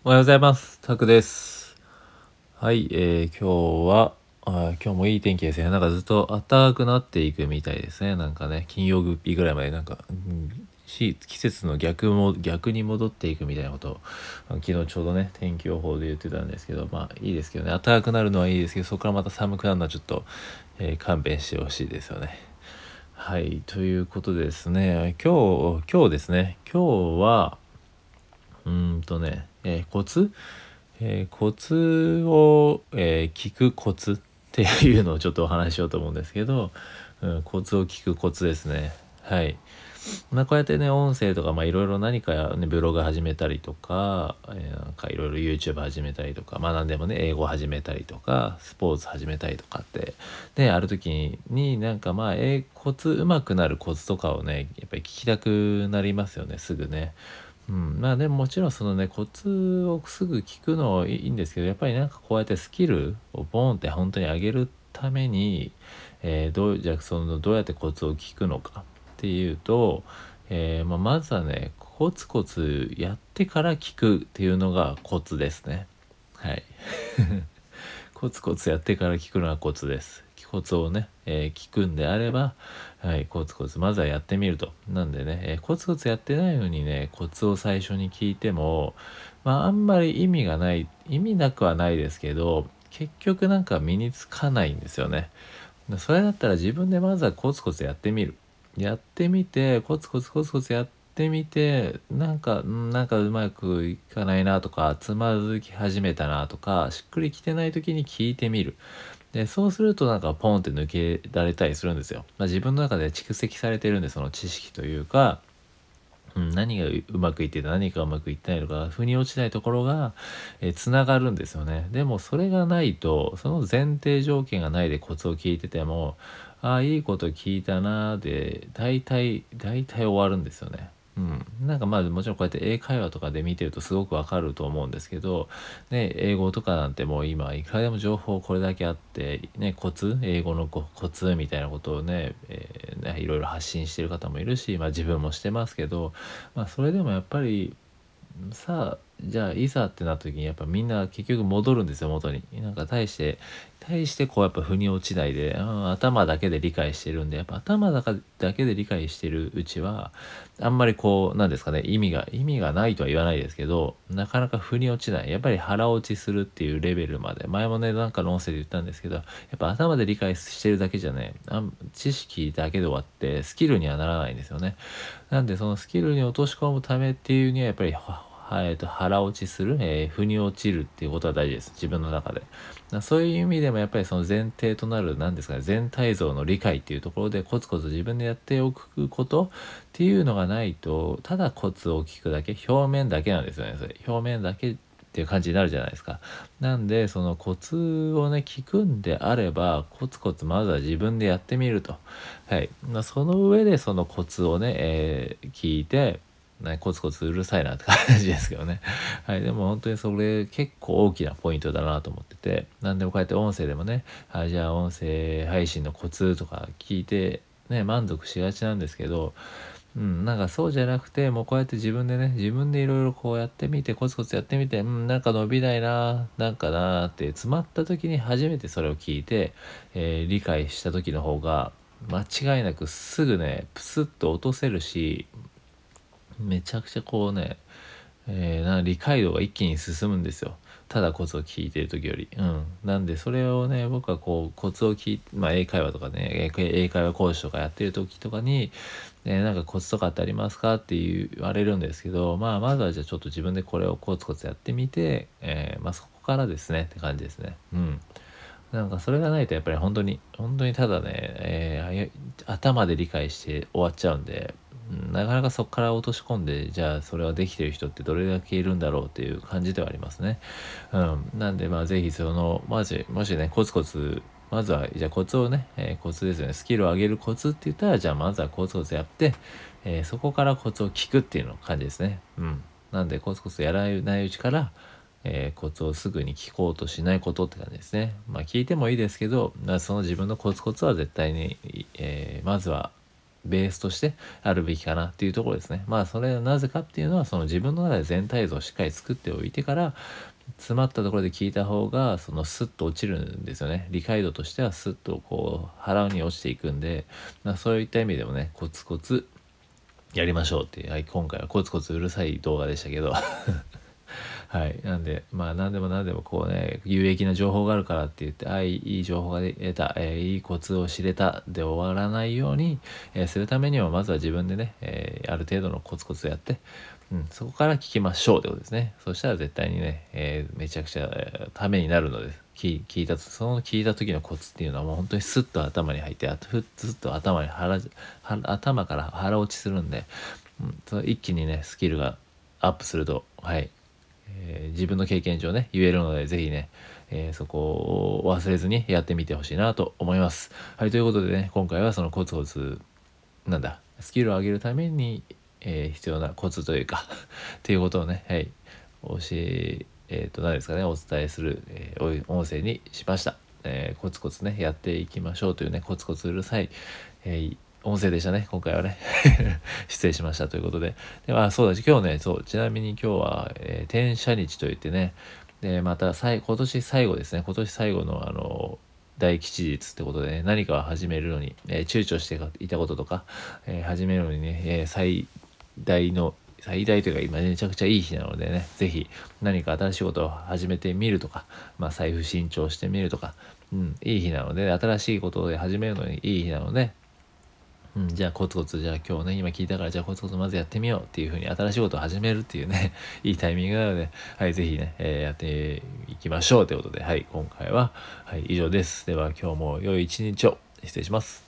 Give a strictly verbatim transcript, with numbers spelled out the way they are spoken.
おはようございます。タクです。はい、えー、今日はあ、今日もいい天気ですね。なんかずっと暖かくなっていくみたいですね。なんかね、金曜日ぐらいまでなんか、うん、し季節の逆も逆に戻っていくみたいなことをあの昨日ちょうどね天気予報で言ってたんですけど、まあいいですけどね、暖かくなるのはいいですけど、そこからまた寒くなるのはちょっと、えー勘弁してほしいですよね。はい、ということでですね、今日今日ですね、今日はうーんとね、えーコツえーコツを、えー聞くコツっていうのをちょっとお話ししようと思うんですけど、うん、コツを聞くコツですね。はい。まあこうやってね、音声とか、まあいろいろ何かね、ブログ始めたりとか、えーなんかいろいろ YouTube 始めたりとか、まあ何でもね、英語始めたりとか、スポーツ始めたりとかって、で、ある時になんかまあ、えーコツ、上手くなるコツとかをね、やっぱり聞きたくなりますよね、すぐね。うん、まあでももちろんそのねコツをすぐ聞くのはいいんですけど、やっぱりなんかこうやってスキルをボーンって本当に上げるために、えーどうじゃあそのどうやってコツを聞くのかっていうと、えーまあ、まずはねコツコツやってから聞くっていうのがコツですね。はいコツコツやってから聞くのがコツです。コツをね、えー聞くんであれば、はい、コツコツまずはやってみると。なんでね、えーコツコツやってないのにね、コツを最初に聞いても、まああんまり意味がない、意味なくはないですけど、結局なんか身につかないんですよね。それだったら自分でまずはコツコツやってみる。やってみて、コツコツコツコツやってみて、なんか、んなんかうまくいかないなとか、つまずき始めたなとか、しっくりきてない時に聞いてみる。で、そうするとなんかポンって抜けられたりするんですよ。まあ、自分の中で蓄積されてるんで、その知識というか、うん、何がうまくいってて何がうまくいってないのか腑に落ちないところが、えー、つながるんですよね。でもそれがないと、その前提条件がないでコツを聞いてても、ああいいこと聞いたなーで大体大体終わるんですよね。うん、なんかまあもちろんこうやって英会話とかで見てるとすごくわかると思うんですけど、ね、英語とかなんてもう今いくらでも情報これだけあって、ね、コツ英語のココツみたいなことをね、えーねいろいろ発信してる方もいるし、まあ、自分もしてますけど、まあ、それでもやっぱりさあじゃあいざってなった時にやっぱみんな結局戻るんですよ、元に。なんか大して大してこうやっぱ腑に落ちないで、うん、頭だけで理解してるんで、やっぱ頭だかだけで理解してるうちはあんまりこうなんですかね、意味が意味がないとは言わないですけど、なかなか腑に落ちない、やっぱり腹落ちするっていうレベルまで、前もねなんかの音声で言ったんですけど、やっぱ頭で理解してるだけじゃね、あん知識だけで終わってスキルにはならないんですよね。なんでそのスキルに落とし込むためっていうにはやっぱりははえーと腹落ちする、えー腑に落ちるっていうことは大事です、自分の中で。だそういう意味でもやっぱりその前提となる何ですかね、全体像の理解っていうところでコツコツ自分でやっておくことっていうのがないと、ただコツを聞くだけ、表面だけなんですよね。それ表面だけっていう感じになるじゃないですか。なんでそのコツをね聞くんであれば、コツコツまずは自分でやってみると。はい。まあ、その上でそのコツをね、えー聞いて、ね、コツコツうるさいなって感じですけどね。はい。でも本当にそれ結構大きなポイントだなと思ってて、なんでもこうやって音声でもね、あ、じゃあ音声配信のコツとか聞いて、ね、満足しがちなんですけど、うん、なんかそうじゃなくて、もうこうやって自分でね、自分でいろいろこうやってみて、コツコツやってみて、うん、なんか伸びないな、なんかなーって詰まった時に初めてそれを聞いて、えー理解した時の方が、間違いなくすぐね、プスッと落とせるし、めちゃくちゃこうね、えーな理解度が一気に進むんですよ。ただコツを聞いてる時より。うん。なんでそれをね、僕はこうコツを聞いて、まあ英会話とかね、英英会話講師とかやってる時とかに、えーなんかコツとかってありますかって言われるんですけど、まあまずはじゃあちょっと自分でこれをコツコツやってみて、えーまあそこからですねって感じですね。うん。なんかそれがないとやっぱり本当に本当にただね、えー頭で理解して終わっちゃうんで、うん、なかなかそこから落とし込んで、じゃあそれはできてる人ってどれだけいるんだろうっていう感じではありますね。うん、なんでまあぜひそのまずもしねコツコツまずはじゃあコツをね、えーコツですよね、スキルを上げるコツって言ったら、じゃあまずはコツコツやって、えーそこからコツを聞くっていうの感じですね。うん、な。んでコツコツやらないうちから、えーコツをすぐに聞こうとしないことって感じですね。まあ聞いてもいいですけど、その自分のコツコツは絶対に、えーまずはベースとしてあるべきかなっていうところですね。まあそれはなぜかっていうのは、その自分の中で全体像をしっかり作っておいてから、詰まったところで聞いた方がそのスッと落ちるんですよね。理解度としてはスッとこう腹に落ちていくんで、まあ、そういった意味でもね、コツコツやりましょうっていう、はい、今回はコツコツうるさい動画でしたけどはい、なんでまあ何でも何でもこうね、有益な情報があるからって言って、あいい情報が得た、えー、いいコツを知れたで終わらないように、えー、するためにはまずは自分でね、えー、ある程度のコツコツやって、うん、そこから聞きましょうってことですね。そしたら絶対にね、えー、めちゃくちゃ、えー、ためになるので、聞聞いたその聞いた時のコツっていうのはもう本当にスッと頭に入って、あとふっスッと頭に腹頭から腹落ちするんで、うん、そ一気にねスキルがアップすると、はい、えー、自分の経験上ね言えるので、ぜひね、えー、そこを忘れずにやってみてほしいなと思います。はい、ということでね、今回はそのコツコツなんだスキルを上げるために、えー、必要なコツというかっていうことをね、はい、教ええー、と何ですかね、お伝えする、えー、音声にしました。えー、コツコツねやっていきましょうというね、コツコツうるさい、えー音声でしたね今回はね失礼しましたということで。ではそうだし、今日ね、そうちなみに今日は、えー、転写日といってね、でまた今年最後ですね、今年最後のあの大吉日ってことで、ね、何かを始めるのに、えー、躊躇していたこととか、えー、始めるのにね、えー、最大の最大というか今めちゃくちゃいい日なのでね、ぜひ何か新しいことを始めてみるとか、まあ、財布新調してみるとか、うん、いい日なので、新しいことで始めるのにいい日なので、うん、じゃあコツコツ、じゃあ今日ね今聞いたから、じゃあコツコツまずやってみようっていう風に新しいことを始めるっていうねいいタイミングなので、はい、ぜひね、えー、やっていきましょうということで、はい、今回は、はい、以上です。では今日も良い一日を。失礼します。